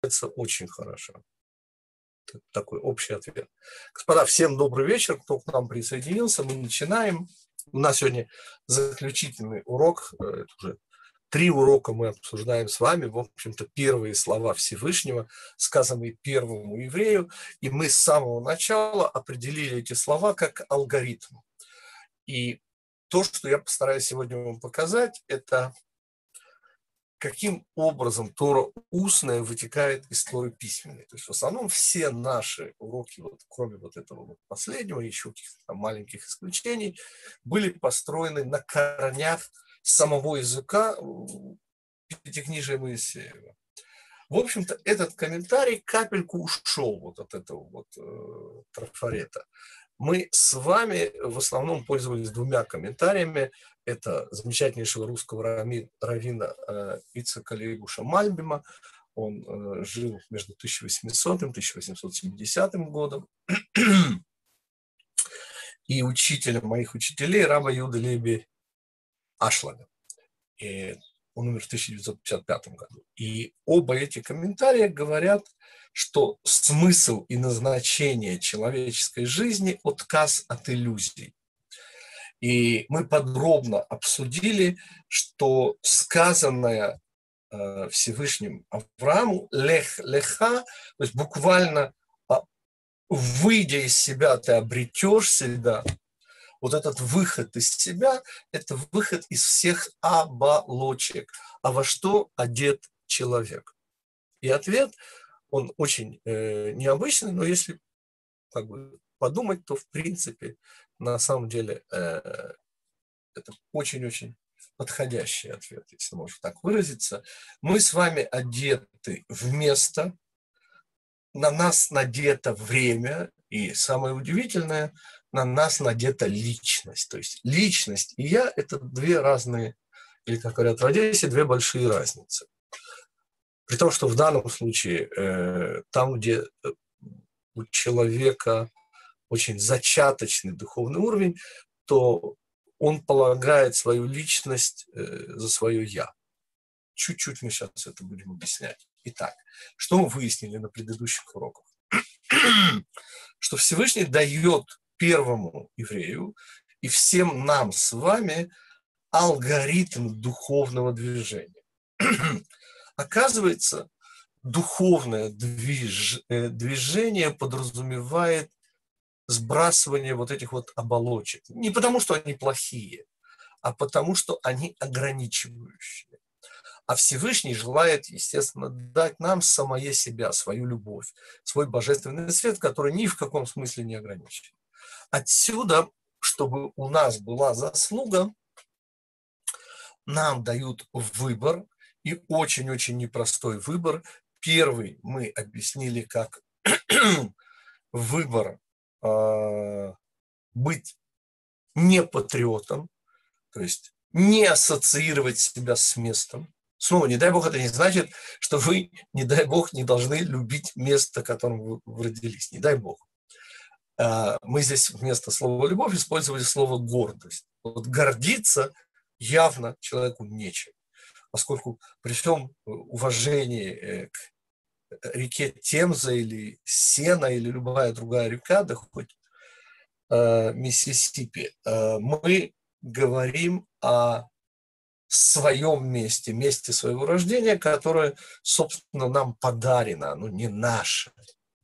очень хорошо. Это такой общий ответ. Господа, всем добрый вечер, кто к нам присоединился. Мы начинаем. У нас сегодня заключительный урок. Это уже 3 урока мы обсуждаем с вами. В общем-то, первые слова Всевышнего, сказанные первому еврею. И мы с самого начала определили эти слова как алгоритм. И то, что я постараюсь сегодня вам показать, это каким образом Тора устная вытекает из Торы письменной. То есть в основном все наши уроки, кроме этого последнего, еще каких-то там маленьких исключений, были построены на корнях самого языка Пятикнижия Моисеева. В общем-то, этот комментарий капельку ушел от этого трафарета. Мы с вами в основном пользовались 2 комментариями. Это замечательнейшего русского раввина Ицхака Лейбуша Мальбима. Он жил между 1800 и 1870 годом. И учителем моих учителей раба Юда Леби Ашлага. И он умер в 1955 году. И оба эти комментария говорят, что смысл и назначение человеческой жизни – отказ от иллюзий. И мы подробно обсудили, что сказанное Всевышним Аврааму «леха», то есть буквально выйдя из себя, ты обретешь себя. Вот этот выход из себя – это выход из всех оболочек. А во что одет человек? И ответ, он очень необычный, но если подумать, то в принципе, на самом деле, это очень-очень подходящий ответ, если можно так выразиться. Мы с вами одеты в место, на нас надето время, и самое удивительное – на нас надета личность. То есть личность и я – это 2 разные, или, как говорят в Одессе, 2 большие разницы. При том, что в данном случае, там, где у человека очень зачаточный духовный уровень, то он полагает свою личность за свое «я». Чуть-чуть мы сейчас это будем объяснять. Итак, что мы выяснили на предыдущих уроках? Что Всевышний дает первому еврею и всем нам с вами алгоритм духовного движения. Оказывается, духовное движение подразумевает сбрасывание этих оболочек. Не потому, что они плохие, а потому, что они ограничивающие. А Всевышний желает, естественно, дать нам самое себя, свою любовь, свой божественный свет, который ни в каком смысле не ограничен. Отсюда, чтобы у нас была заслуга, нам дают выбор, и очень-очень непростой выбор. Первый мы объяснили как выбор быть не патриотом, то есть не ассоциировать себя с местом. Снова, не дай Бог, это не значит, что вы, не дай Бог, не должны любить место, в котором вы родились. Не дай Бог. Мы здесь вместо слова «любовь» использовали слово «гордость». Гордиться явно человеку нечем, поскольку при всем уважении к реке Темза или Сена или любая другая река, да хоть Миссисипи, мы говорим о своем месте, месте своего рождения, которое, собственно, нам подарено, оно не наше.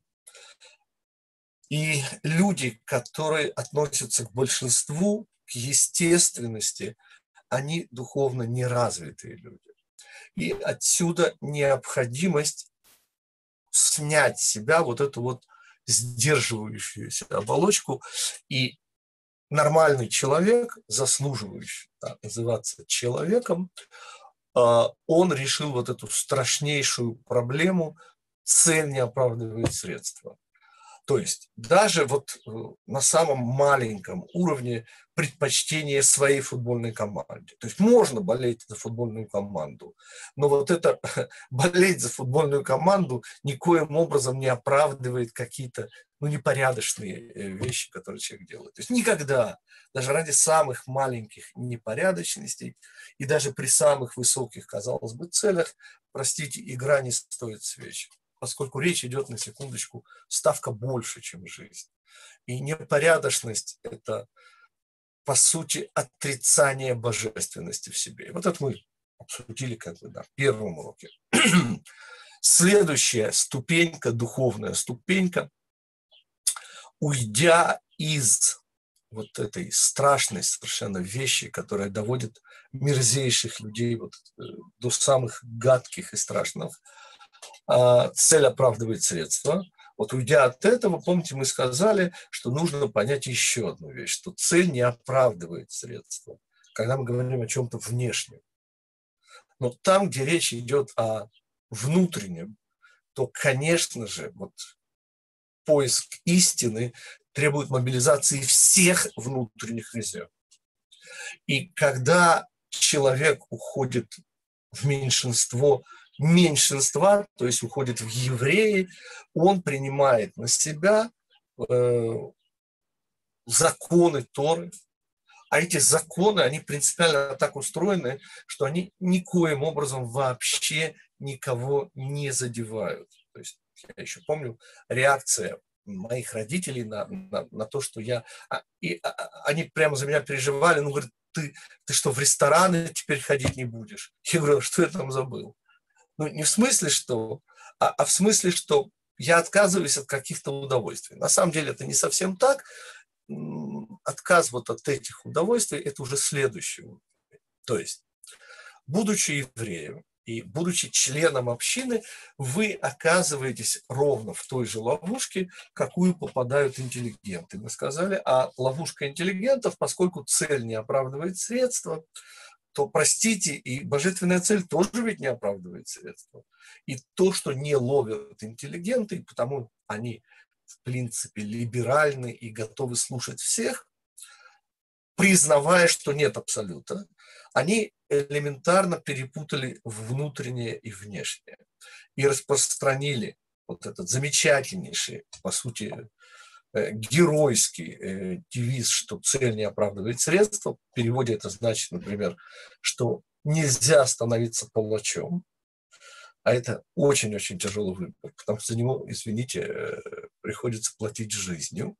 И люди, которые относятся к большинству, к естественности, они духовно неразвитые люди. И отсюда необходимость снять с себя эту сдерживающуюся оболочку. И нормальный человек, заслуживающий называться человеком, он решил эту страшнейшую проблему: цель не оправдывает средства. То есть даже на самом маленьком уровне предпочтение своей футбольной команде. То есть можно болеть за футбольную команду, но это болеть за футбольную команду никоим образом не оправдывает какие-то непорядочные вещи, которые человек делает. То есть никогда, даже ради самых маленьких непорядочностей и даже при самых высоких, казалось бы, целях, простите, игра не стоит свеч. поскольку речь идет, на секундочку, ставка больше, чем жизнь. И непорядочность – это, по сути, отрицание божественности в себе. И вот это мы обсудили как бы на первом уроке. Следующая ступенька, духовная ступенька, уйдя из вот этой страшной совершенно вещи, которая доводит мерзейших людей вот до самых гадких и страшных, цель оправдывает средства. Вот уйдя от этого, помните, мы сказали, что нужно понять еще одну вещь, что цель не оправдывает средства, когда мы говорим о чем-то внешнем. Но там, где речь идет о внутреннем, то, конечно же, вот поиск истины требует мобилизации всех внутренних резервов. И когда человек уходит в меньшинства, то есть уходит в евреи, он принимает на себя законы Торы, а эти законы, они принципиально так устроены, что они никоим образом вообще никого не задевают. То есть я еще помню реакция моих родителей на то, что они прямо за меня переживали, ну, говорят, ты что, в рестораны теперь ходить не будешь? Я говорю, что я там забыл? Ну, не в смысле, что, а в смысле, что я отказываюсь от каких-то удовольствий. На самом деле это не совсем так. Отказ вот от этих удовольствий – это уже следующее. То есть, будучи евреем и будучи членом общины, вы оказываетесь ровно в той же ловушке, какую попадают интеллигенты. Мы сказали, а ловушка интеллигентов, поскольку цель не оправдывает средства, то, простите, и божественная цель тоже ведь не оправдывает средства. И то, что не ловят интеллигенты, и потому они в принципе либеральны и готовы слушать всех, признавая, что нет абсолюта, они элементарно перепутали внутреннее и внешнее и распространили вот этот замечательнейший, по сути, геройский девиз, что цель не оправдывает средства. В переводе это значит, например, что нельзя становиться палачом, а это очень-очень тяжелый выбор, потому что за него, извините, приходится платить жизнью.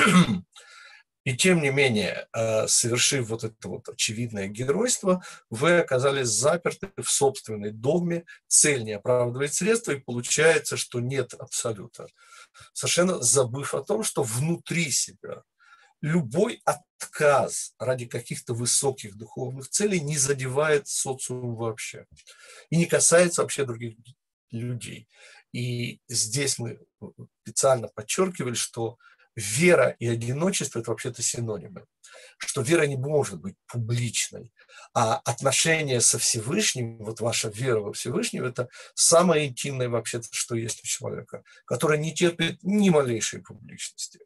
И тем не менее, совершив вот это вот очевидное геройство, вы оказались заперты в собственной догме, цель не оправдывает средства, и получается, что нет абсолюта. Совершенно забыв о том, что внутри себя любой отказ ради каких-то высоких духовных целей не задевает социум вообще и не касается вообще других людей. И здесь мы специально подчеркивали, что вера и одиночество – это вообще-то синонимы, что вера не может быть публичной, а отношения со Всевышним, вот ваша вера во Всевышнего – это самое интимное вообще-то, что есть у человека, которое не терпит ни малейшей публичности.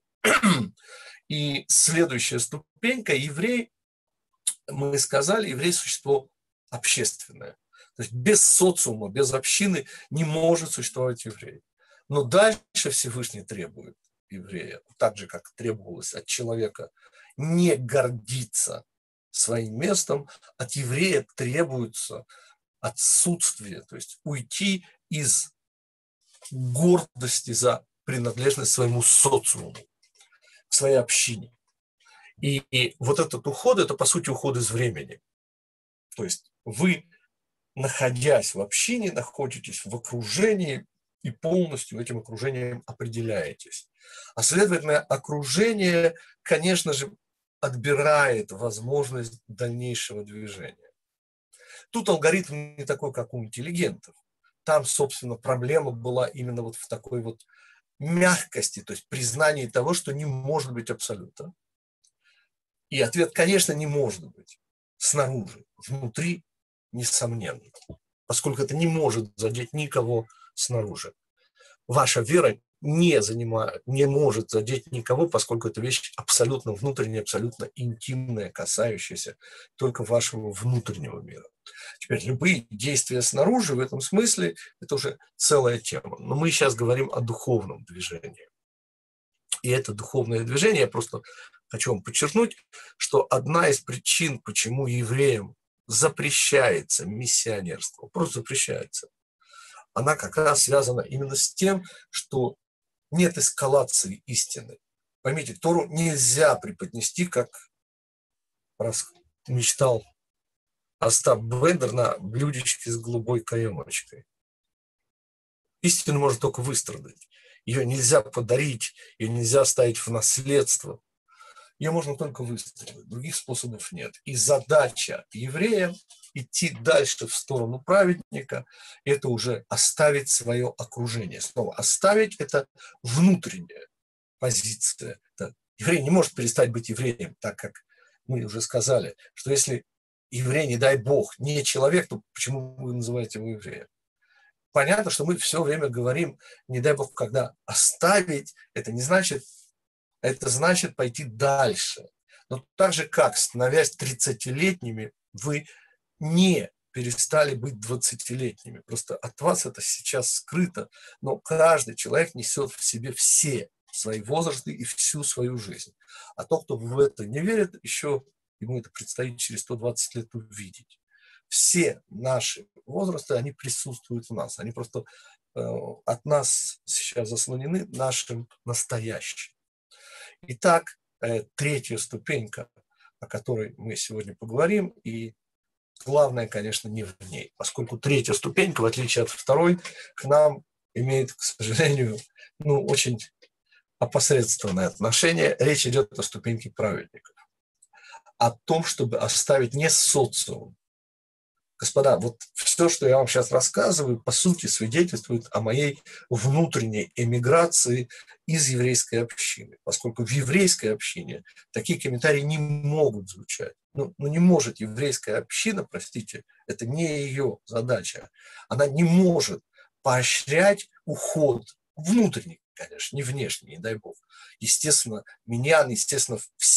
И следующая ступенька – еврей, мы сказали, еврей – существо общественное. То есть без социума, без общины не может существовать еврей. Но дальше Всевышний требует еврея, так же, как требовалось от человека не гордиться своим местом, от еврея требуется отсутствие, то есть уйти из гордости за принадлежность своему социуму, к своей общине. И вот этот уход, это, по сути, уход из времени. То есть вы, находясь в общине, находитесь в окружении и полностью этим окружением определяетесь. А, следовательно, окружение, конечно же, отбирает возможность дальнейшего движения. Тут алгоритм не такой, как у интеллигентов. Там, собственно, проблема была именно вот в такой вот мягкости, то есть признании того, что не может быть абсолюта. И ответ, конечно, не может быть снаружи, внутри, несомненно, поскольку это не может задеть никого снаружи. Ваша вера не может задеть никого, поскольку это вещь абсолютно внутренняя, абсолютно интимная, касающаяся только вашего внутреннего мира. Теперь любые действия снаружи в этом смысле – это уже целая тема. Но мы сейчас говорим о духовном движении. И это духовное движение, я просто хочу вам подчеркнуть, что одна из причин, почему евреям запрещается миссионерство, просто запрещается, она как раз связана именно с тем, что нет эскалации истины. Поймите, Тору нельзя преподнести, как мечтал Остап Бендер, на блюдечке с голубой каемочкой. Истину можно только выстрадать. Ее нельзя подарить, ее нельзя оставить в наследство. Ее можно только выстрадать. Других способов нет. И задача еврея идти дальше в сторону праведника, это уже оставить свое окружение. Снова оставить – это внутренняя позиция. Еврей не может перестать быть евреем, так как мы уже сказали, что если еврей, не дай бог, не человек, то почему вы называете его евреем? Понятно, что мы все время говорим, не дай бог, когда оставить, это не значит, это значит пойти дальше. Но так же, как, становясь 30-летними, вы не перестали быть 20-летними. Просто от вас это сейчас скрыто, но каждый человек несет в себе все свои возрасты и всю свою жизнь. А тот, кто в это не верит, еще ему это предстоит через 120 лет увидеть. Все наши возрасты, они присутствуют в нас. Они просто от нас сейчас заслонены нашим настоящим. Итак, третья ступенька, о которой мы сегодня поговорим, и главное, конечно, не в ней, поскольку третья ступенька, в отличие от второй, к нам имеет, к сожалению, очень опосредственное отношение. Речь идет о ступеньке праведников, о том, чтобы оставить не социум. Господа, вот все, что я вам сейчас рассказываю, по сути, свидетельствует о моей внутренней эмиграции из еврейской общины, поскольку в еврейской общине такие комментарии не могут звучать. Не может еврейская община, простите, это не ее задача, она не может поощрять уход внутренний, конечно, не внешний, не дай бог. Естественно, естественно,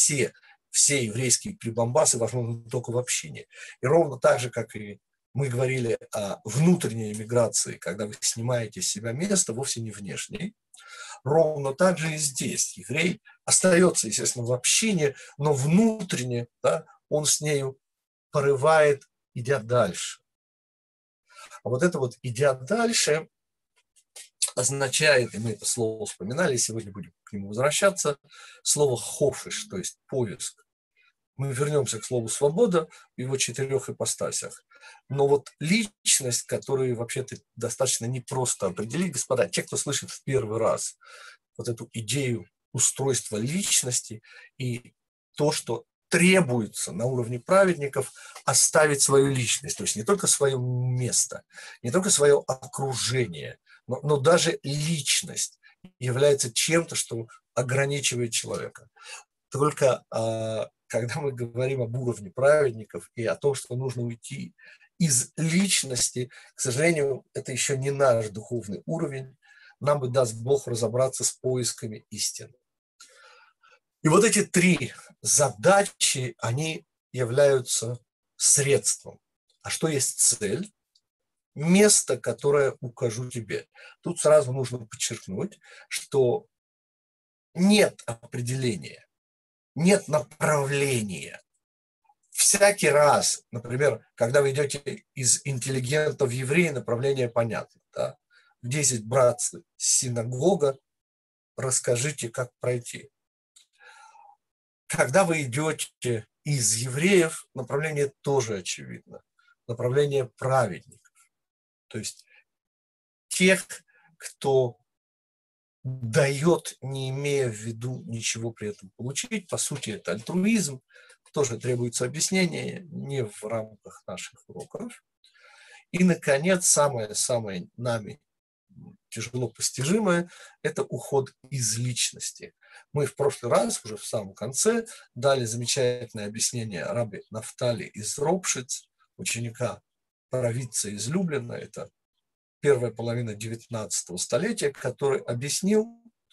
все еврейские прибамбасы возможны только в общине. И ровно так же, как и мы говорили о внутренней эмиграции, когда вы снимаете с себя место, вовсе не внешней, ровно так же и здесь. Еврей остается, естественно, в общине, но внутренне, он с нею порывает, идя дальше. А вот это вот «идя дальше» означает, и мы это слово вспоминали, сегодня будем к нему возвращаться, слово «хофиш», то есть «поиск». Мы вернемся к слову «свобода» в его 4 ипостасях. Но вот личность, которую вообще-то достаточно непросто определить, господа, те, кто слышит в первый раз вот эту идею устройства личности и то, что требуется на уровне праведников оставить свою личность, то есть не только свое место, не только свое окружение, но даже личность является чем-то, что ограничивает человека. Только когда мы говорим об уровне праведников и о том, что нужно уйти из личности, к сожалению, это еще не наш духовный уровень. Нам бы, даст Бог, разобраться с поисками истины. И вот эти 3 задачи, они являются средством. А что есть цель? Место, которое укажу тебе. Тут сразу нужно подчеркнуть, что нет определения, нет направления. Всякий раз, например, когда вы идете из интеллигента в еврея, направление понятно. Да? В 10 братств синагога, расскажите, как пройти. Когда вы идете из евреев, направление тоже очевидно. Направление праведников. То есть тех, кто дает, не имея в виду ничего при этом получить. По сути, это альтруизм. Тоже требуется объяснение, не в рамках наших уроков. И, наконец, самое нами тяжело постижимое – это уход из личности. Мы в прошлый раз, уже в самом конце, дали замечательное объяснение раби Нафтали из Ропшиц, ученика провидца из Люблина, это первая половина 19 столетия, который объяснил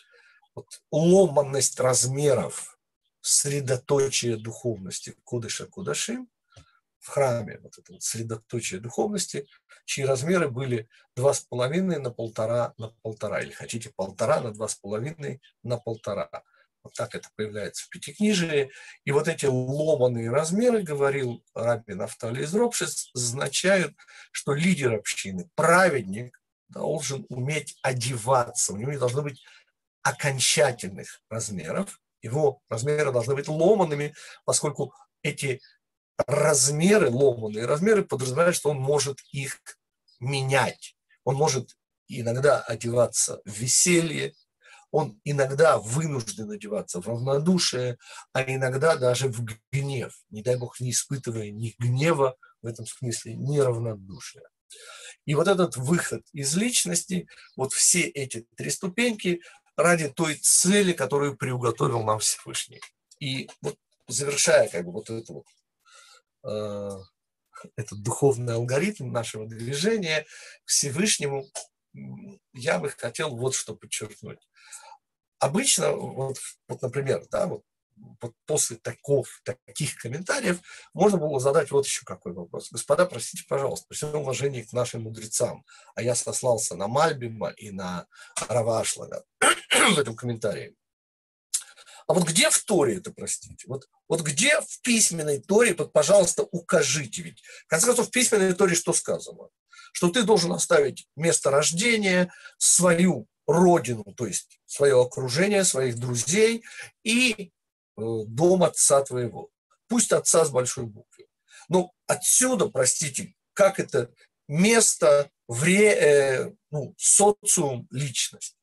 ломанность размеров средоточия духовности Кодыша Кодашим в храме, вот это вот средоточие духовности, чьи размеры были 2,5 на 1,5 на 1,5, или хотите 1,5 на 2,5 на 1,5. Вот так это появляется в Пятикнижии. И вот эти ломаные размеры, говорил раби Нафтали из Ропшиц, означают, что лидер общины, праведник, должен уметь одеваться, у него не должно быть окончательных размеров, его размеры должны быть ломаными, поскольку эти размеры, ломаные размеры, подразумевают, что он может их менять. Он может иногда одеваться в веселье, он иногда вынужден одеваться в равнодушие, а иногда даже в гнев, не дай бог, не испытывая ни гнева, в этом смысле, ни равнодушия. И вот этот выход из личности, вот все эти три ступеньки ради той цели, которую приуготовил нам Всевышний. И вот завершая как бы вот это вот, этот духовный алгоритм нашего движения к Всевышнему, я бы хотел вот что подчеркнуть. Обычно, вот например, да, вот после таких комментариев можно было задать вот еще какой вопрос. Господа, простите, пожалуйста, при всем уважении к нашим мудрецам, а я сослался на Мальбима и на Рава Ашлага в этом комментарии. А вот где в Торе это, простите? Вот где в письменной Торе, пожалуйста, укажите. Ведь, в конце концов, в письменной Торе что сказано? Что ты должен оставить место рождения, свою родину, то есть свое окружение, своих друзей и дом отца твоего. Пусть отца с большой буквы. Но отсюда, простите, как это место, социум, личность.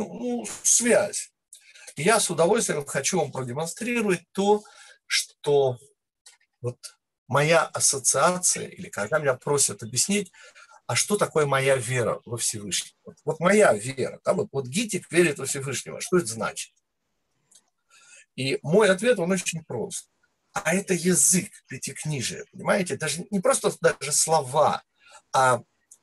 Связь. И я с удовольствием хочу вам продемонстрировать то, что вот моя ассоциация, или когда меня просят объяснить, а что такое моя вера во Всевышнего? Вот моя вера, да, вот Гитик верит во Всевышнего, что это значит? И мой ответ, он очень прост. А это язык пятикнижия, понимаете? Даже не просто даже слова, а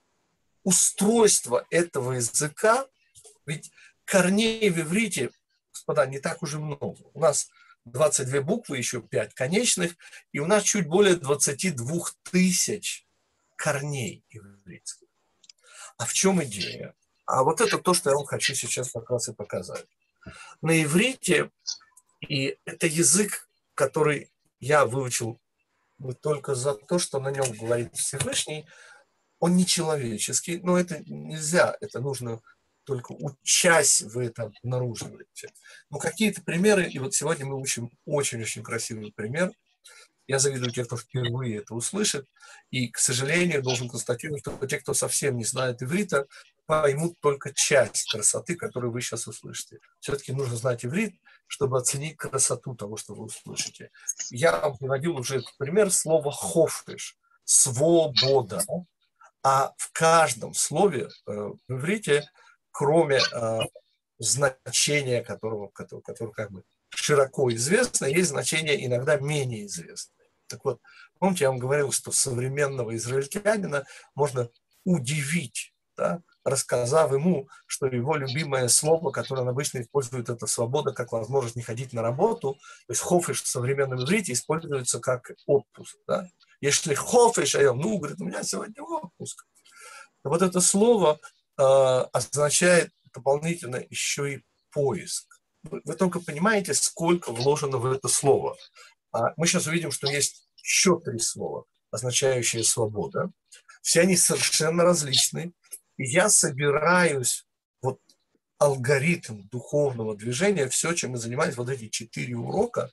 устройство этого языка. Ведь корней в иврите, господа, не так уже много. У нас 22 буквы, еще 5 конечных, и у нас чуть более 22 тысяч корней ивритских. А в чем идея? А вот это то, что я вам хочу сейчас как раз и показать. На иврите, и это язык, который я выучил только за то, что на нем говорит Всевышний, он не человеческий, но это нельзя, это нужно только учась вы это обнаруживаете. Но какие-то примеры, и вот сегодня мы учим очень-очень красивый пример. Я завидую тех, кто впервые это услышит, и, к сожалению, должен констатировать, что те, кто совсем не знает иврита, поймут только часть красоты, которую вы сейчас услышите. Все-таки нужно знать иврит, чтобы оценить красоту того, что вы услышите. Я вам приводил уже пример слова «хофеш» – «свобода». А в каждом слове в иврите, кроме значения, которое как бы широко известно, есть значение иногда менее известное. Так вот, помните, я вам говорил, что современного израильтянина можно удивить, да, рассказав ему, что его любимое слово, которое он обычно использует, это свобода, как возможность не ходить на работу. То есть хофеш в современном иврите используется как отпуск. Да? Если хофеш, говорит, у меня сегодня отпуск. Вот это слово означает дополнительно еще и поиск. Вы только понимаете, сколько вложено в это слово. Мы сейчас увидим, что есть еще 3 слова, означающие свобода. Все они совершенно различны. И я собираюсь, вот алгоритм духовного движения, все, чем мы занимались, вот эти 4 урока,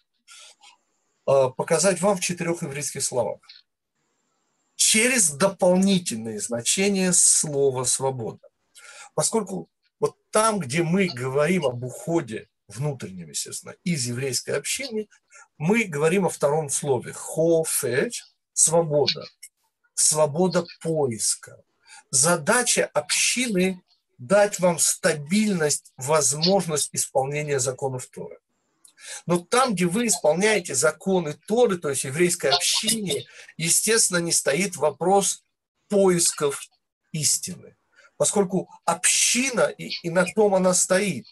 показать вам в 4 ивритских словах. Через дополнительные значения слова «свобода». Поскольку вот там, где мы говорим об уходе внутреннем, естественно, из еврейской общины, мы говорим о втором слове «хофеч» – свобода, свобода поиска. Задача общины – дать вам стабильность, возможность исполнения законов Торы. Но там, где вы исполняете законы Торы, то есть еврейской общине, естественно, не стоит вопрос поисков истины. Поскольку община, и на том она стоит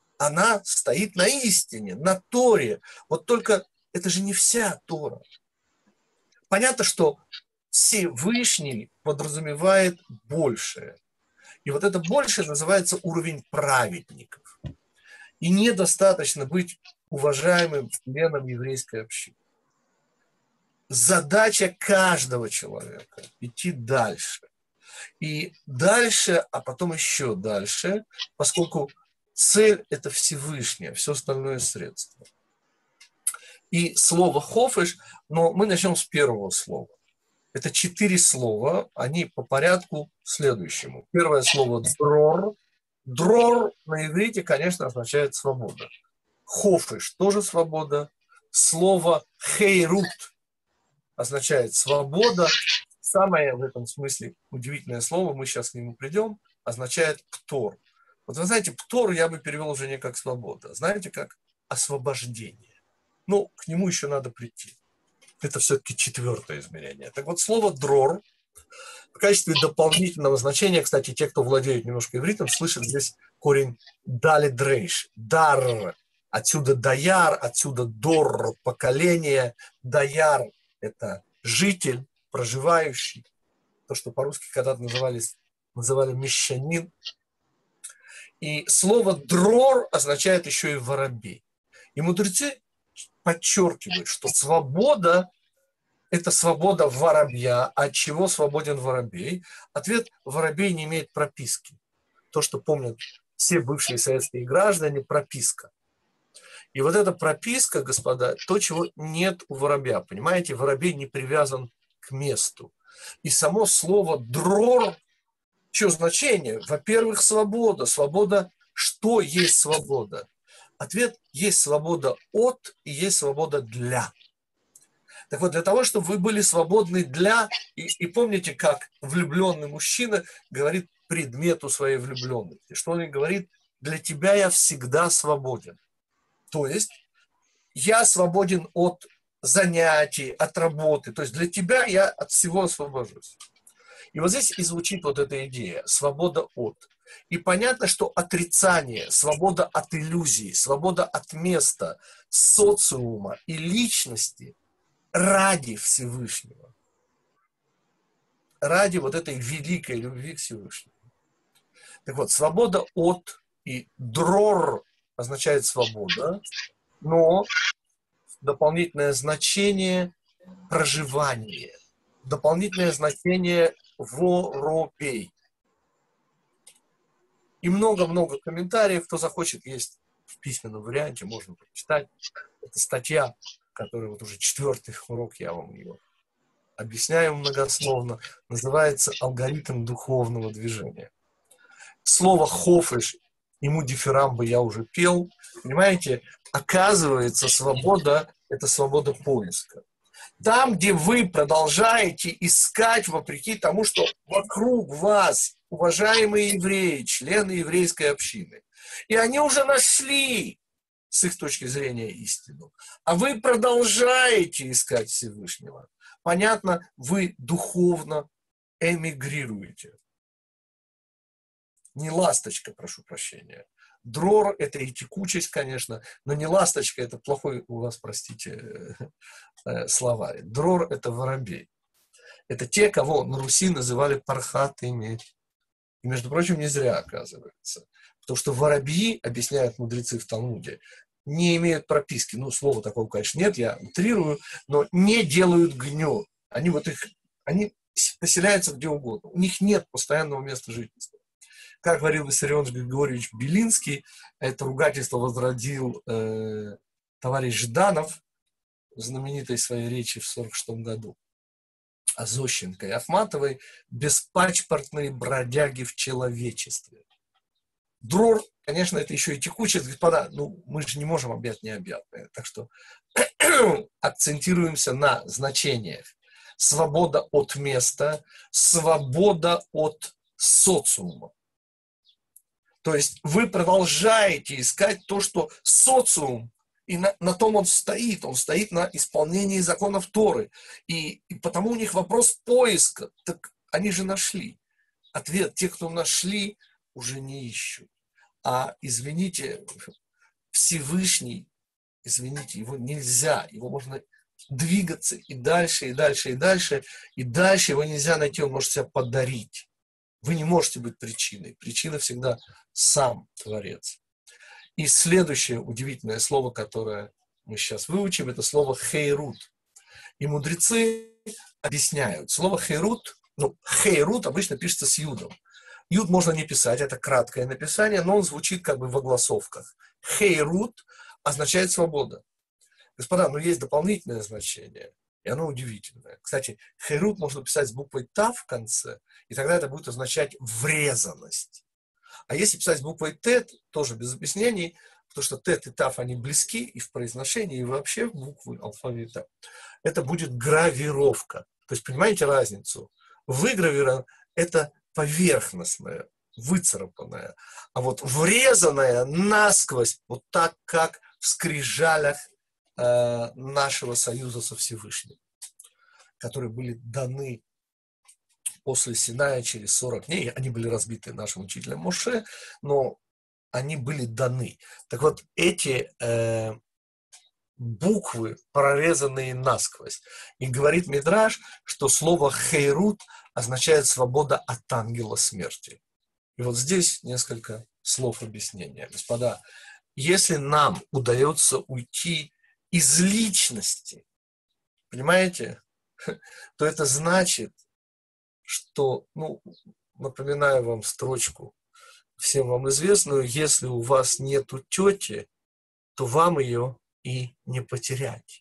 на истине, на Торе. Вот только это же не вся Тора. Понятно, что Всевышний подразумевает большее. И вот это большее называется уровень праведников. И недостаточно быть уважаемым членом еврейской общины. Задача каждого человека – идти дальше. И дальше, а потом еще дальше, поскольку цель – это Всевышнее, все остальное – средство. И слово «хофеш», но мы начнем с первого слова. Это 4 слова, они по порядку следующему. Первое слово «дрор». «Дрор» на иврите, конечно, означает «свобода». «Хофеш» тоже свобода. Слово «хейрут» означает «свобода». Самое в этом смысле удивительное слово, мы сейчас к нему придем, означает «птор». Вот вы знаете, «птор» я бы перевел уже не как «свобода», знаете, как «освобождение». Ну, к нему еще надо прийти. Это все-таки 4-е измерение. Так вот, слово «дрор» в качестве дополнительного значения, кстати, те, кто владеет немножко ивритом, слышат здесь корень «далидрейш», «дар». Отсюда «даяр», отсюда «дор», поколение. «Даяр» – это житель, проживающий. То, что по-русски когда-то называли мещанин. И слово «дрор» означает еще и «воробей». И мудрецы подчеркивают, что свобода – это свобода воробья. От чего свободен воробей? Ответ – воробей не имеет прописки. То, что помнят все бывшие советские граждане – прописка. И вот эта прописка, господа, то, чего нет у воробья. Понимаете, воробей не привязан к месту. И само слово «дрор», что значение? Во-первых, свобода. Свобода – что есть свобода? Ответ – есть свобода от и есть свобода для. Так вот, для того, чтобы вы были свободны для, и помните, как влюбленный мужчина говорит предмету своей влюбленности, что он говорит: для тебя я всегда свободен. То есть я свободен от занятий, от работы, то есть для тебя я от всего освобожусь. И вот здесь и звучит вот эта идея – свобода от. И понятно, что отрицание, свобода от иллюзий, свобода от места, социума и личности ради Всевышнего. Ради вот этой великой любви к Всевышнему. Так вот, свобода от и дрор означает свобода, но дополнительное значение – проживание. Дополнительное значение – воробей. И много-много комментариев. Кто захочет, есть в письменном варианте, можно прочитать. Это статья, которая вот уже 4-й урок, я вам ее объясняю многословно. Называется «Алгоритм духовного движения». Слово «хофеш», ему дифирамбы я уже пел. Понимаете, оказывается, свобода – это свобода поиска. Там, где вы продолжаете искать, вопреки тому, что вокруг вас уважаемые евреи, члены еврейской общины, и они уже нашли, с их точки зрения, истину, а вы продолжаете искать Всевышнего, понятно, вы духовно эмигрируете. Не ласточка, прошу прощения. Дрор – это и текучесть, конечно, но не ласточка – это плохой у вас, простите, словарь. Дрор – это воробей. Это те, кого на Руси называли пархатыми. И, между прочим, не зря, оказывается. Потому что воробьи, объясняют мудрецы в Талмуде, не имеют прописки. Ну, слова такого, конечно, нет, я утрирую, но не делают гнёт. Они поселяются где угодно. У них нет постоянного места жительства. Как говорил Виссарионович Григорьевич Белинский, это ругательство возродил товарищ Жданов в знаменитой своей речи в 1946 году о Зощенко и Ахматовой: беспачпортные бродяги в человечестве. Дрор, конечно, это еще и текучесть, господа, ну, мы же не можем объять необъятное, так что акцентируемся на значениях. Свобода от места, свобода от социума. То есть вы продолжаете искать то, что социум, и на том он стоит на исполнении законов Торы. И потому у них вопрос поиска. Так они же нашли. Ответ: те, кто нашли, уже не ищут. А, извините, Всевышний, извините, его нельзя, его можно двигаться и дальше, и дальше, и дальше, и дальше его нельзя найти, он может себя подарить. Вы не можете быть причиной. Причина всегда сам Творец. И следующее удивительное слово, которое мы сейчас выучим, это слово «хейрут». И мудрецы объясняют. Слово «хейрут» Ну, хейрут обычно пишется с юдом. Юд можно не писать, это краткое написание, но он звучит как бы в огласовках. Хейрут означает свобода. Господа, но есть дополнительное значение, и оно удивительное. Кстати, хейрут можно писать с буквой та в конце, и тогда это будет означать врезанность. А если писать с буквой т, тоже без объяснений, потому что тет и тав, они близки и в произношении, и вообще в буквы алфавита, это будет гравировка. То есть, понимаете разницу? Выгравировано – это поверхностное, выцарапанное, а вот врезанное насквозь, вот так, как в скрижалях нашего союза со Всевышним, которые были даны после Синая через 40 дней. Они были разбиты нашим учителем Моше, но они были даны. Так вот, эти буквы, прорезанные насквозь. И говорит Мидраш, что слово «хейрут» означает «свобода от ангела смерти». И вот здесь несколько слов объяснения. Господа, если нам удается уйти из личности, понимаете, то это значит, что, напоминаю вам строчку, всем вам известную, если у вас нету тети, то вам ее и не потерять.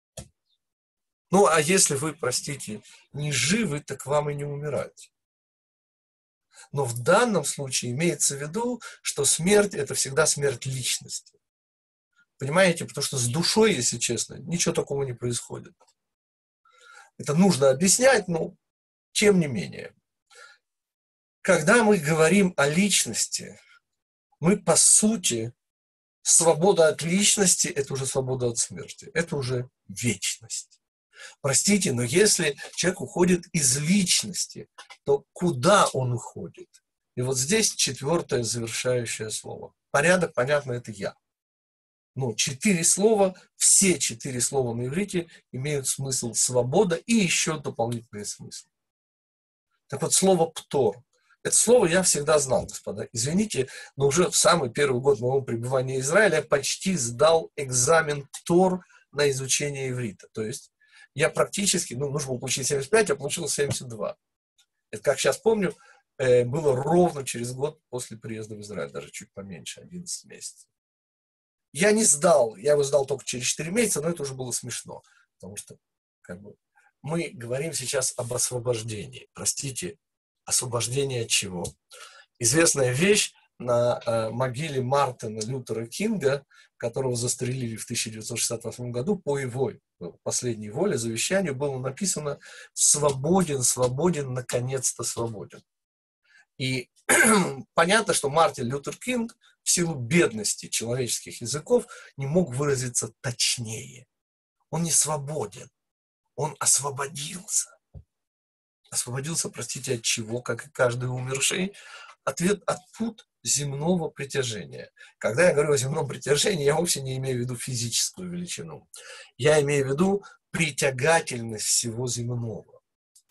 Ну, а если вы, простите, не живы, так вам и не умирать. Но в данном случае имеется в виду, что смерть – это всегда смерть личности. Понимаете? Потому что с душой, если честно, ничего такого не происходит. Это нужно объяснять, но тем не менее. Когда мы говорим о личности, мы, по сути, свобода от личности – это уже свобода от смерти. Это уже вечность. Простите, но если человек уходит из личности, то куда он уходит? И вот здесь 4 завершающее слово. Порядок, понятно, это я. Но 4 слова, все 4 слова на иврите имеют смысл свобода и еще дополнительный смысл. Так вот, слово «птор». Это слово я всегда знал, господа. Извините, но уже в самый первый год моего пребывания в Израиле я почти сдал экзамен ТОР на изучение иврита. То есть я практически, нужно было получить 75, я получил 72. Это, как сейчас помню, было ровно через год после приезда в Израиль, даже чуть поменьше, 11 месяцев. Я не сдал, я его сдал только через 4 месяца, но это уже было смешно, потому что мы говорим сейчас об освобождении. Простите, освобождение от чего? Известная вещь на могиле Мартина Лютера Кинга, которого застрелили в 1968 году по его последней воле, завещанию, было написано «Свободен, свободен, наконец-то свободен». И понятно, что Мартин Лютер Кинг в силу бедности человеческих языков не мог выразиться точнее. Он не свободен, он освободился. Освободился, простите, от чего, как и каждый умерший? Ответ от пут земного притяжения. Когда я говорю о земном притяжении, я вовсе не имею в виду физическую величину. Я имею в виду притягательность всего земного.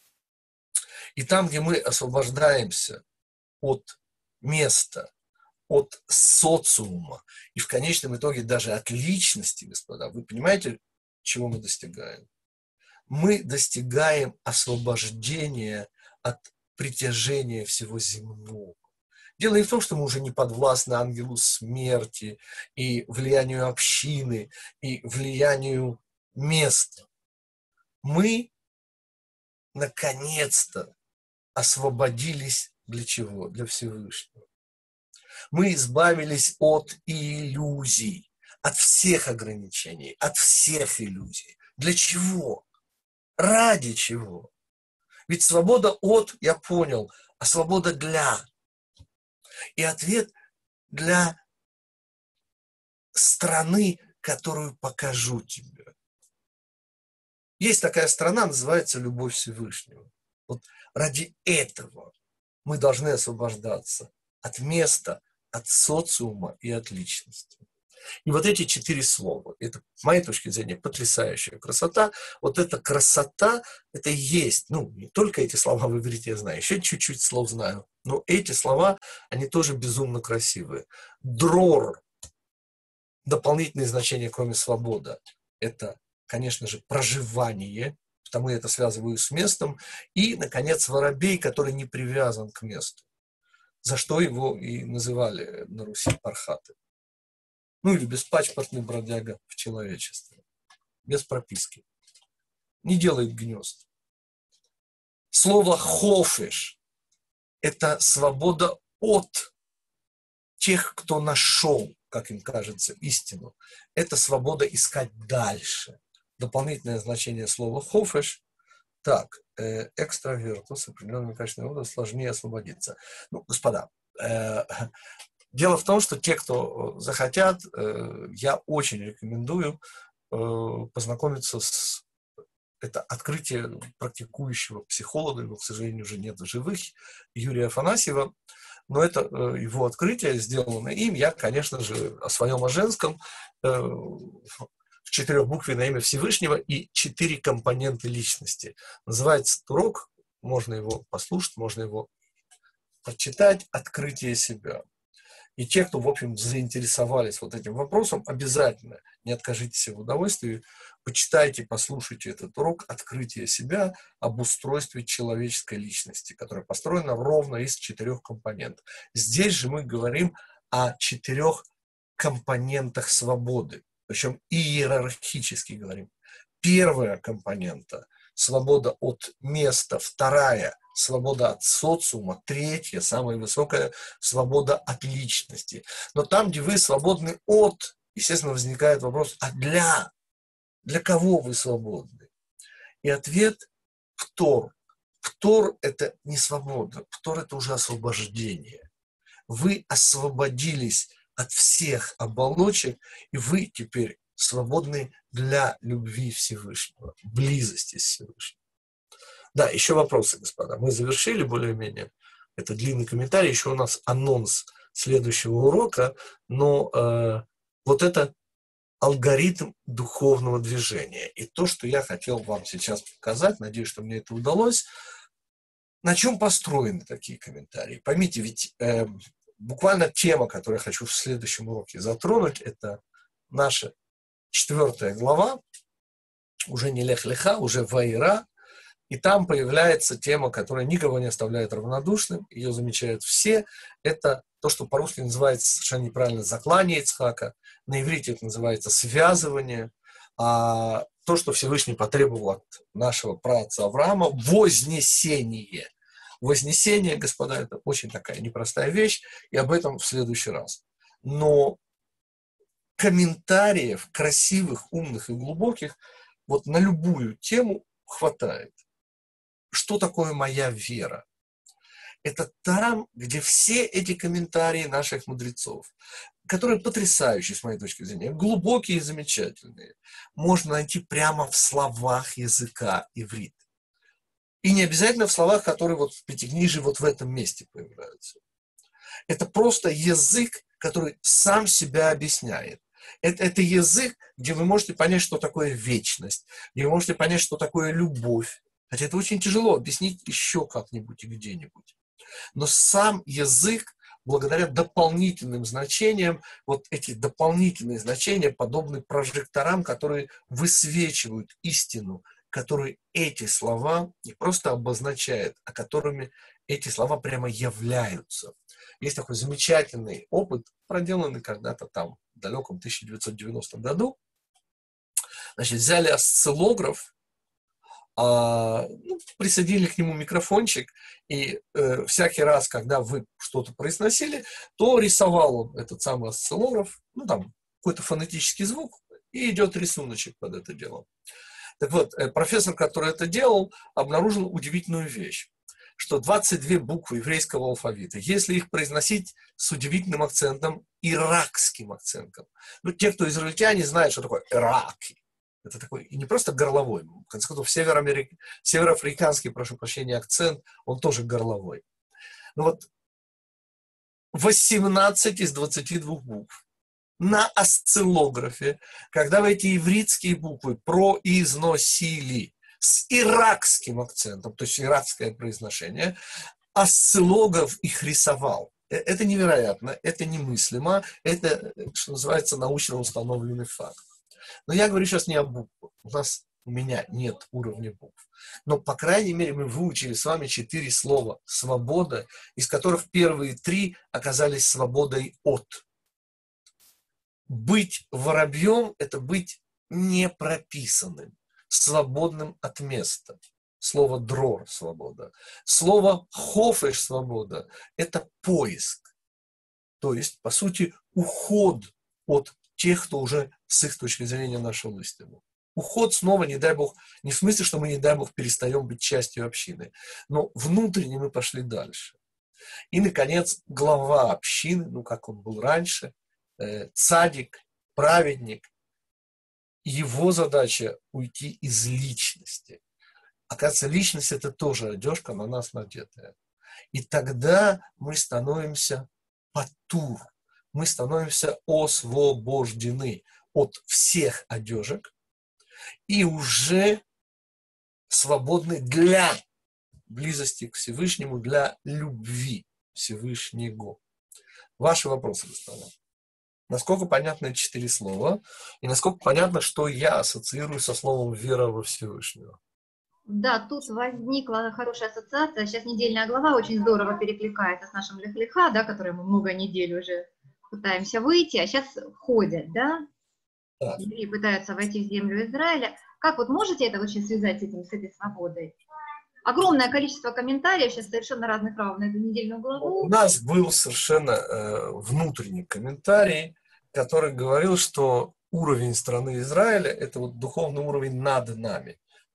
И там, где мы освобождаемся от места, от социума, и в конечном итоге даже от личности, господа, вы понимаете, чего мы достигаем? Мы достигаем освобождения от притяжения всего земного. Дело не в том, что мы уже не подвластны ангелу смерти и влиянию общины, и влиянию места. Мы, наконец-то, освободились для чего? Для Всевышнего. Мы избавились от иллюзий, от всех ограничений, от всех иллюзий. Для чего? Ради чего? Ведь свобода от, я понял, а свобода для. И ответ для страны, которую покажу тебе. Есть такая страна, называется любовь Всевышнего. Вот ради этого мы должны освобождаться от места, от социума и от личности. И вот эти 4 слова, это, с моей точки зрения, потрясающая красота. Вот эта красота, это и есть, не только эти слова в иврите я знаю, еще чуть-чуть слов знаю, но эти слова, они тоже безумно красивые. Дрор, дополнительные значения, кроме свобода, это, конечно же, проживание, потому я это связываю с местом. И, наконец, воробей, который не привязан к месту, за что его и называли на Руси пархаты. Ну или беспачпортный бродяга в человечестве, без прописки. Не делает гнезд. Слово «хофеш» – это свобода от тех, кто нашел, как им кажется, истину. Это свобода искать дальше. Дополнительное значение слова «хофеш» – так, экстраверту с определенными качествами рода сложнее освободиться. Ну, господа, дело в том, что те, кто захотят, я очень рекомендую познакомиться с... Это открытие практикующего психолога, его, к сожалению, уже нет в живых, Юрия Афанасьева, но это его открытие сделано им. Я, конечно же, о своем, о женском, в 4-буквенное имя Всевышнего и 4 компоненты личности. Называется урок, можно его послушать, можно его прочитать, «Открытие себя». И те, кто, в общем, заинтересовались вот этим вопросом, обязательно не откажитесь в удовольствии, почитайте, послушайте этот урок «Открытие себя» об устройстве человеческой личности, которая построена ровно из 4 компонентов. Здесь же мы говорим о 4 компонентах свободы, причем иерархически говорим. Первая компонента – свобода от места, вторая – свобода от социума, третья, самая высокая, свобода от личности. Но там, где вы свободны от, естественно, возникает вопрос, а для кого вы свободны? И ответ – птор. Птор – это не свобода, птор – это уже освобождение. Вы освободились от всех оболочек, и вы теперь свободны для любви Всевышнего, близости с Всевышним. Да, еще вопросы, господа. Мы завершили более-менее. Это длинный комментарий. Еще у нас анонс следующего урока. Но вот это алгоритм духовного движения. И то, что я хотел вам сейчас показать, надеюсь, что мне это удалось, на чем построены такие комментарии. Поймите, ведь буквально тема, которую я хочу в следующем уроке затронуть, это наша 4 глава, уже не Лех-Леха, уже Ваира. И там появляется тема, которая никого не оставляет равнодушным, ее замечают все. Это то, что по-русски называется совершенно неправильно заклание Ицхака, на иврите это называется связывание, а то, что Всевышний потребовал от нашего праотца Авраама, вознесение. Вознесение, господа, это очень такая непростая вещь, и об этом в следующий раз. Но комментариев красивых, умных и глубоких вот на любую тему хватает. Что такое моя вера? Это там, где все эти комментарии наших мудрецов, которые потрясающие, с моей точки зрения, глубокие и замечательные, можно найти прямо в словах языка иврит. И не обязательно в словах, которые вот в Пятикнижии вот в этом месте появляются. Это просто язык, который сам себя объясняет. Это язык, где вы можете понять, что такое вечность, где вы можете понять, что такое любовь. Хотя это очень тяжело объяснить еще как-нибудь и где-нибудь. Но сам язык, благодаря дополнительным значениям, вот эти дополнительные значения подобны прожекторам, которые высвечивают истину, которые эти слова не просто обозначают, а которыми эти слова прямо являются. Есть такой замечательный опыт, проделанный когда-то там, в далеком 1990 году. Значит, взяли осциллограф, присоединили к нему микрофончик, и всякий раз, когда вы что-то произносили, то рисовал он этот самый осциллограф, ну там какой-то фонетический звук, и идет рисуночек под это дело. Так вот, профессор, который это делал, обнаружил удивительную вещь, что 22 буквы еврейского алфавита, если их произносить с удивительным акцентом, иракским акцентом, ну, те, кто израильтяне, знают, что такое ираки. Это такой, и не просто горловой, в конце концов, североафриканский, прошу прощения, акцент, он тоже горловой. Ну вот, 18 из 22 букв на осциллографе, когда вы эти ивритские буквы произносили с иракским акцентом, то есть иракское произношение, осциллограф их рисовал. Это невероятно, это немыслимо, это, что называется, научно установленный факт. Но я говорю сейчас не о буквах. У нас У меня нет уровня букв. Но, по крайней мере, мы выучили с вами 4 слова «свобода», из которых первые 3 оказались свободой от. Быть воробьем – это быть непрописанным, свободным от места. Слово «дрор» – свобода. Слово «хофеш» – свобода – это поиск. То есть, по сути, уход от тех, кто уже с их точки зрения нашел истину. Уход снова, не дай Бог, не в смысле, что мы, не дай Бог, перестаем быть частью общины, но внутренне мы пошли дальше. И, наконец, глава общины, ну, как он был раньше, цадик, праведник, его задача уйти из личности. Оказывается, личность – это тоже одежка на нас надетая. И тогда мы становимся патур, мы становимся освобождены от всех одежек и уже свободны для близости к Всевышнему, для любви Всевышнего. Ваши вопросы, господа. Насколько понятны эти 4 слова, и насколько понятно, что я ассоциирую со словом «вера во Всевышнего». Да, тут возникла хорошая ассоциация. Сейчас недельная глава очень здорово перекликается с нашим Лех-Леха, да, который мы много недель уже пытаемся выйти, а сейчас ходят, да? Да. И пытаются войти в землю Израиля. Как вот можете это очень связать с этой свободой? Огромное количество комментариев сейчас совершенно разных прав на эту недельную главу. У нас был совершенно внутренний комментарий, который говорил, что уровень страны Израиля – это вот духовный уровень над нами.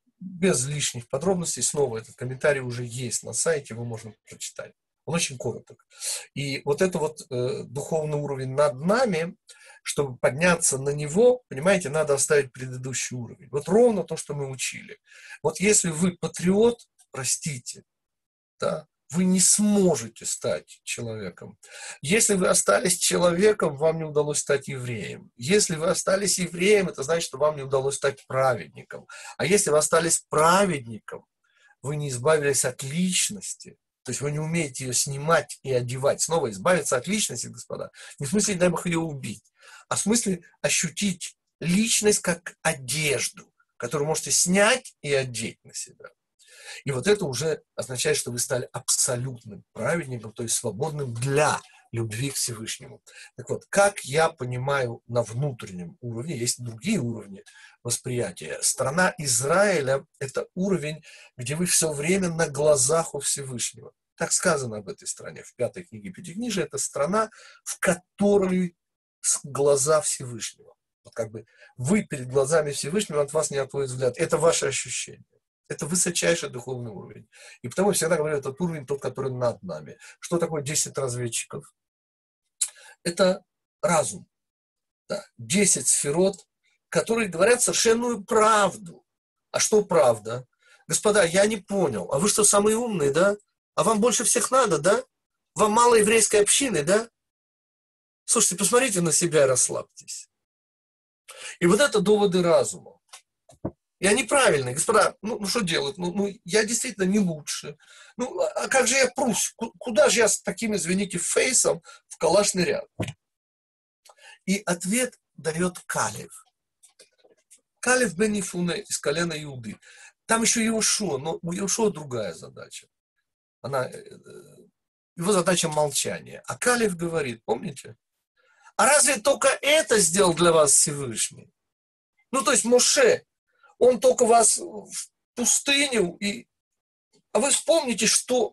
Без лишних подробностей, снова этот комментарий уже есть на сайте, его можно прочитать. Он очень короток. И вот это вот духовный уровень над нами, чтобы подняться на него, понимаете, надо оставить предыдущий уровень. Вот ровно то, что мы учили. Вот если вы патриот, простите, да, вы не сможете стать человеком. Если вы остались человеком, вам не удалось стать евреем. Если вы остались евреем, это значит, что вам не удалось стать праведником. А если вы остались праведником, вы не избавились от личности, то есть вы не умеете ее снимать и одевать. Снова избавиться от личности, господа, не в смысле, дай Бог, ее убить, а в смысле ощутить личность как одежду, которую можете снять и одеть на себя. И вот это уже означает, что вы стали абсолютным праведником, то есть свободным для любви к Всевышнему. Так вот, как я понимаю на внутреннем уровне, есть другие уровни восприятия. Страна Израиля – это уровень, где вы все время на глазах у Всевышнего. Так сказано об этой стране в 5 книге Пятикнижия. Это страна, в которой глаза Всевышнего. Вот как бы вы перед глазами Всевышнего, от вас не отводит взгляд. Это ваше ощущение. Это высочайший духовный уровень. И потому я всегда говорю, этот уровень тот, который над нами. Что такое 10 разведчиков? Это разум. Да, 10 сферот, которые говорят совершенную правду. А что правда? Господа, я не понял. А вы что, самые умные, да? А вам больше всех надо, да? Вам мало еврейской общины, да? Слушайте, посмотрите на себя и расслабьтесь. И вот это доводы разума. И они правильные. Господа, ну что делать? Ну, я действительно не лучше. Ну, а как же я прусь? Куда же я с таким, извините, фейсом в калашный ряд? И ответ дает Калев. Калев бен Ефуне из колена Иуды. Там еще Иошуа, но у Иошуа другая задача. Его задача молчание. А Калев говорит, помните? А разве только это сделал для вас Всевышний? Ну, то есть Моше, он только вас в пустыню, а вы вспомните,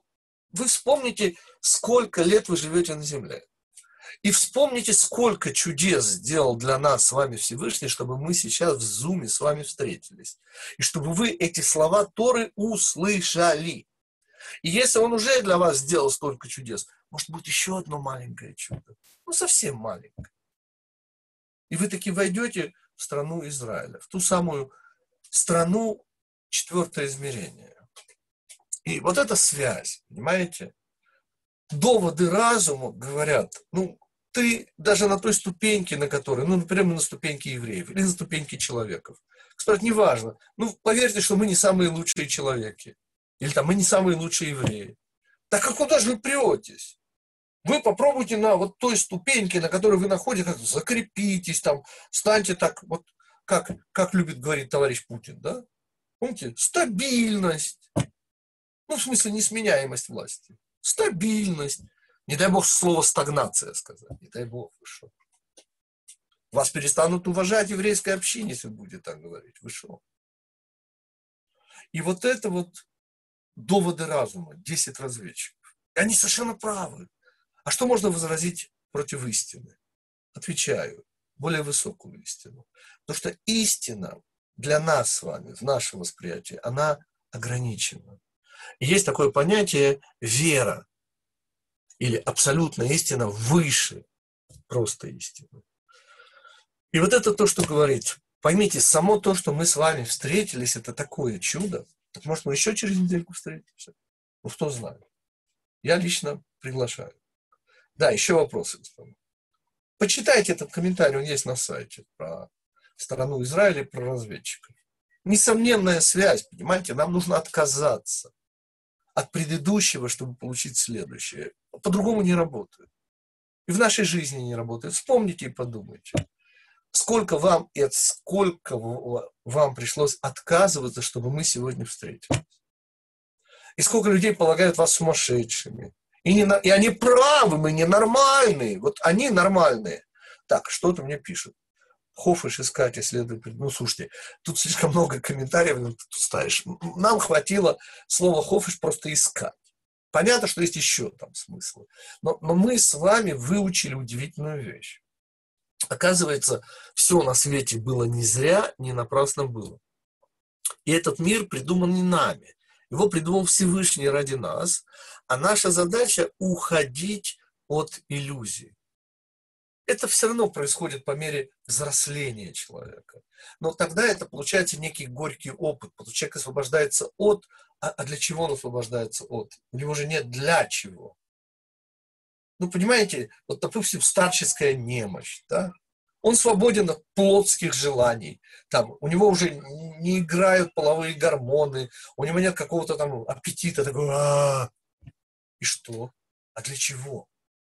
сколько лет вы живете на земле. И вспомните, сколько чудес сделал для нас с вами Всевышний, чтобы мы сейчас в зуме с вами встретились. И чтобы вы эти слова Торы услышали. И если он уже для вас сделал столько чудес, может быть, еще одно маленькое чудо. Ну, совсем маленькое. И вы таки войдете в страну Израиля, в ту самую страну 4-е измерение. И вот эта связь, понимаете? Доводы разума говорят, ну, ты даже на той ступеньке, на которой, ну, например, на ступеньке евреев или на ступеньке человеков. Кстати, неважно. Ну, поверьте, что мы не самые лучшие человеки. Или там мы не самые лучшие евреи. Так а куда же вы претесь? Вы попробуйте на вот той ступеньке, на которой вы находитесь, закрепитесь там, станьте так вот, как любит говорить товарищ Путин, да? Помните? Стабильность. Ну, в смысле, несменяемость власти. Стабильность. Не дай бог слово стагнация сказать. Не дай бог, вы что. Вас перестанут уважать в еврейской общине, если вы будете так говорить. Вы что? И вот это вот доводы разума, 10 разведчиков. И они совершенно правы. А что можно возразить против истины? Отвечаю, более высокую истину. Потому что истина для нас с вами, в нашем восприятии, она ограничена. И есть такое понятие вера или абсолютная истина выше просто истины. И вот это то, что говорит. Поймите, само то, что мы с вами встретились, это такое чудо. Так может, мы еще через недельку встретимся? Ну, кто знает. Я лично приглашаю. Да, еще вопросы, господа. Почитайте этот комментарий, он есть на сайте про страну Израиля, про разведчиков. Несомненная связь, понимаете, нам нужно отказаться от предыдущего, чтобы получить следующее. По-другому не работает. И в нашей жизни не работает. Вспомните и подумайте. Сколько вам пришлось отказываться, чтобы мы сегодня встретились. И сколько людей полагают вас сумасшедшими. И они правы, мы ненормальные. Вот они нормальные. Так, что-то мне пишут. Хофиш искать, исследовать. Ну, слушайте, тут слишком много комментариев, ты тут ставишь. Нам хватило слова хофиш просто искать. Понятно, что есть еще там смыслы. Но мы с вами выучили удивительную вещь. Оказывается, все на свете было не зря, не напрасно было. И этот мир придуман не нами. Его придумал Всевышний ради нас, а наша задача уходить от иллюзий. Это все равно происходит по мере взросления человека. Но тогда это получается некий горький опыт, потому что человек освобождается от, а для чего он освобождается от? У него же нет для чего. Ну, понимаете, вот, допустим, старческая немощь, да? Он свободен от плотских желаний, там, у него уже не играют половые гормоны, у него нет какого-то там аппетита, такого, и что? А для чего?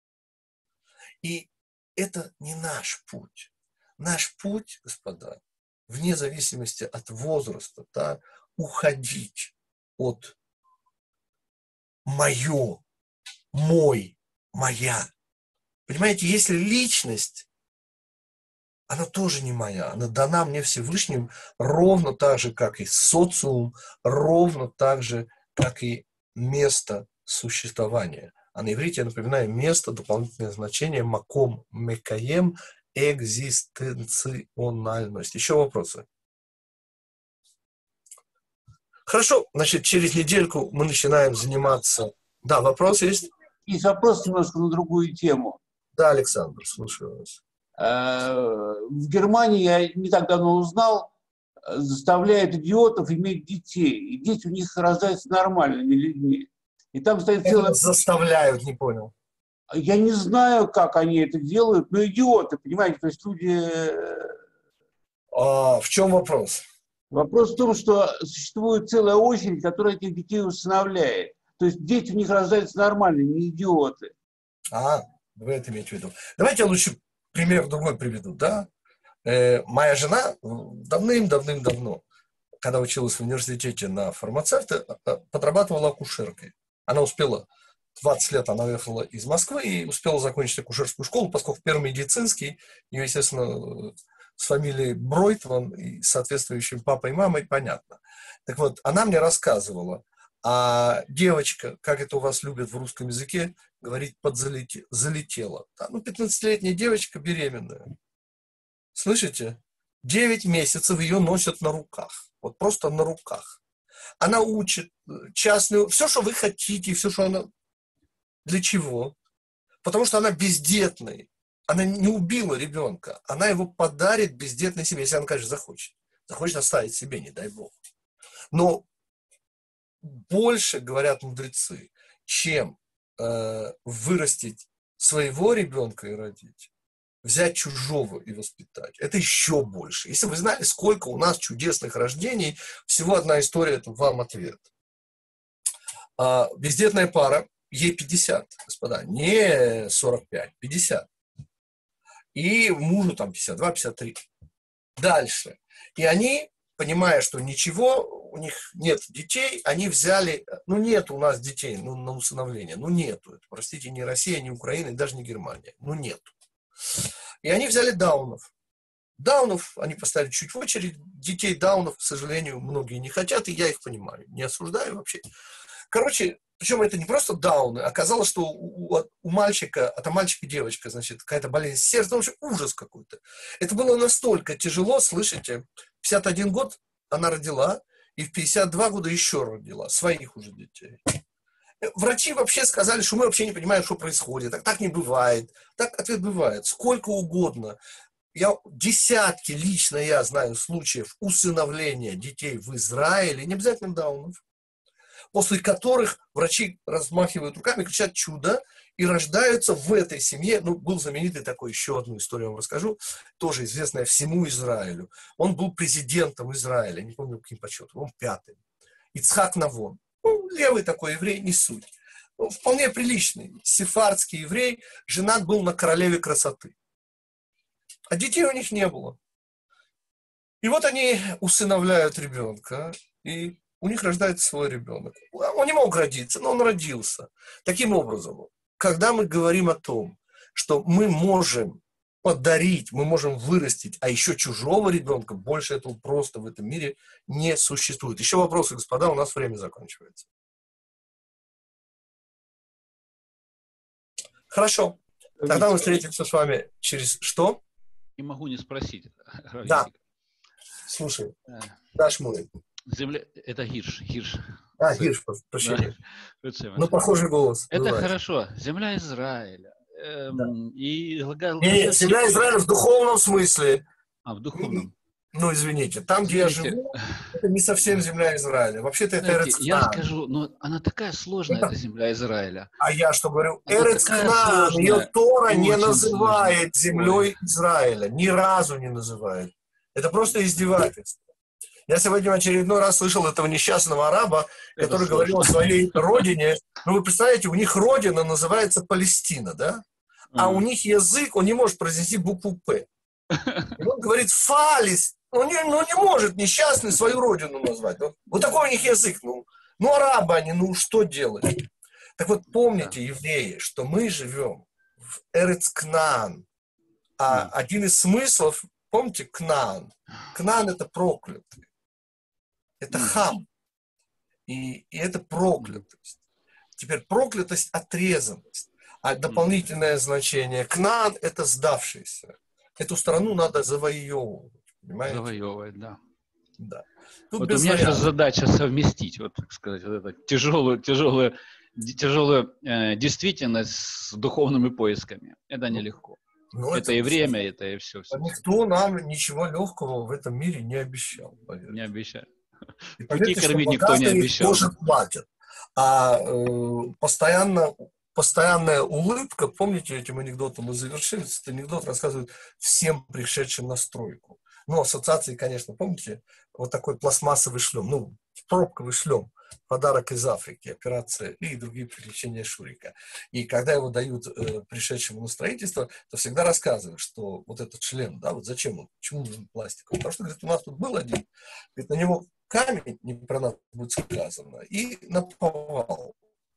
И это не наш путь. Наш путь, господа, вне зависимости от возраста, да, уходить от мое, мой, моя. Понимаете, если личность, она тоже не моя, она дана мне Всевышним ровно так же, как и социум, ровно так же, как и место существования. А на иврите, я напоминаю, место, дополнительное значение, маком, мекаем, экзистенциональность. Еще вопросы? Хорошо, значит, через недельку мы начинаем заниматься. Да, вопрос есть? Есть вопрос немножко на другую тему. Да, Александр, слушаю вас. В Германии, я не так давно узнал, заставляют идиотов иметь детей. И дети у них рождаются нормальными людьми. И там стоит целая... Заставляют, не понял. Я не знаю, как они это делают, но идиоты, понимаете, то есть люди... В чем вопрос? Вопрос в том, что существует целая очередь, которая этих детей усыновляет. То есть дети у них рождаются нормальные, не идиоты. Вы это имеете в виду. Давайте я лучше пример другой приведу, да? Моя жена давным-давно, когда училась в университете на фармацевта, подрабатывала акушеркой. Она успела, 20 лет она уехала из Москвы и успела закончить акушерскую школу, поскольку первый медицинский, ее, естественно, с фамилией Бройтман и соответствующим папой и мамой, понятно. Так вот, она мне рассказывала, а девочка, как это у вас любят в русском языке, говорить залетела. 15-летняя девочка беременная. Слышите? 9 месяцев ее носят на руках. Вот просто на руках. Она учит частную, все, что вы хотите, все, что она... Для чего? Потому что она бездетная. Она не убила ребенка. Она его подарит бездетной семье, если она, конечно, захочет. Захочет оставить себе, не дай бог. Но больше, говорят мудрецы, чем вырастить своего ребенка и родить, взять чужого и воспитать. Это еще больше. Если вы знали, сколько у нас чудесных рождений, всего одна история, это вам ответ. Бездетная пара, ей 50, господа, не 45, 50. И мужу там 52, 53. Дальше. И они, понимая, что ничего, у них нет детей, они взяли, ну нет у нас детей на усыновление, ну нету. Это, простите, не Россия, не Украина, и даже не Германия. Ну нету. И они взяли даунов. Даунов они поставили чуть в очередь. Детей даунов, к сожалению, многие не хотят, и я их понимаю. Не осуждаю вообще. Короче, причем это не просто дауны. Оказалось, что у мальчика, это мальчик и девочка, значит, какая-то болезнь сердца, вообще ужас какой-то. Это было настолько тяжело, слышите, в 51 год она родила, и в 52 года еще родила, своих уже детей. Врачи вообще сказали, что мы вообще не понимаем, что происходит. Так не бывает. Так ответ бывает. Сколько угодно. Десятки лично я знаю случаев усыновления детей в Израиле, не обязательно даунов, после которых врачи размахивают руками, кричат «чудо», и рождаются в этой семье. Ну, был знаменитый такой, еще одну историю вам расскажу, тоже известная всему Израилю. Он был президентом Израиля, не помню, каким почетом, он 5-м. Ицхак Навон. Ну, левый такой еврей, не суть. Ну, вполне приличный. Сефардский еврей, женат был на королеве красоты. А детей у них не было. И вот они усыновляют ребенка, и у них рождается свой ребенок. Он не мог родиться, но он родился. Таким образом, когда мы говорим о том, что мы можем подарить, мы можем вырастить, а еще чужого ребенка, больше этого просто в этом мире не существует. Еще вопросы, господа, у нас время заканчивается. Хорошо. Тогда мы встретимся с вами через что? Не могу не спросить. Да. Слушай. Да, Шмуль. Земля... Это Гирш. Гирш, прощения. Да. Ну, похожий голос. Это бывает. Хорошо. Земля Израиля. Да. И Нет, земля Израиля в духовном смысле. А, в духовном. Ну, извините, там, где я живу, это не совсем земля Израиля. Вообще-то это Эрец Кнаан. Я скажу, но она такая сложная, эта земля Израиля. А я что говорю? Эрец Кнаан, ее Тора не называет землей Израиля. Ни разу не называет. Это просто издевательство. Я сегодня в очередной раз слышал этого несчастного араба, который говорил о своей родине. Ну, вы представляете, у них родина называется Палестина, да? А у них язык, он не может произнести букву «П». И он говорит «фалис». Он не может несчастный свою родину назвать. Вот такой у них язык. Ну арабы они, ну что делать? Так вот, помните, евреи, что мы живем в Эрец Кнаан. А один из смыслов, помните, Кнаан. Кнаан – это проклятый. Это хам. И это проклятость. Теперь проклятость – отрезанность. А дополнительное значение Кнаан – это сдавшийся. Эту страну надо завоевывать. Понимаете? Завоевывать, да. Да. Тут вот у меня сейчас задача совместить, вот, так сказать, вот эту тяжелую действительность с духовными поисками. Это нелегко. Это и время, это и все. Никто нам ничего легкого в этом мире не обещал. Поверьте. Не обещал. И Пути кормить никто не обещал. Тоже платят. А постоянная улыбка, помните, этим анекдотом мы завершили, этот анекдот рассказывают всем пришедшим на стройку. Ну, ассоциации, конечно, помните, вот такой пластмассовый шлем, ну, пробковый шлем, подарок из Африки, операция и другие приключения Шурика. И когда его дают пришедшему на строительство, то всегда рассказывают, что вот этот шлем, да, вот зачем он, почему нужен пластиковый? Потому что, говорит, у нас тут был один, говорит, на него камень, не про нас будет сказано, и наповал.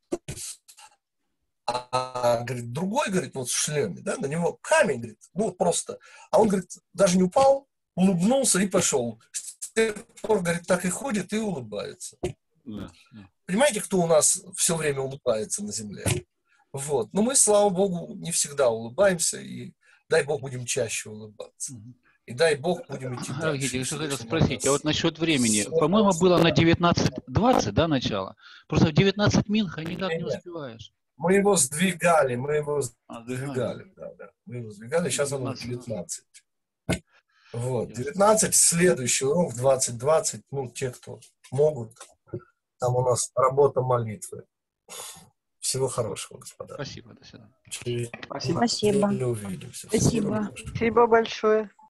А говорит, другой, говорит, вот в шлеме, да, на него камень, говорит, ну вот просто. А он, говорит, даже не упал, улыбнулся и пошел. С тех пор, говорит, так и ходит и улыбается. Понимаете, кто у нас все время улыбается на земле? Вот. Но мы, слава Богу, не всегда улыбаемся, и дай Бог будем чаще улыбаться. И дай Бог будем идти дальше. Я что хотел спросить, а вот насчет времени. По-моему, было на 19:20, да, начало? Просто в 19 Минха никак не успеваешь. Мы его сдвигали, да. Мы его сдвигали, сейчас оно 19. Вот, 19, следующий урок в 20:20, ну, те, кто могут. Там у нас работа молитвы. Всего хорошего, господа. Спасибо, до свидания. Спасибо. Увидимся. Спасибо большое.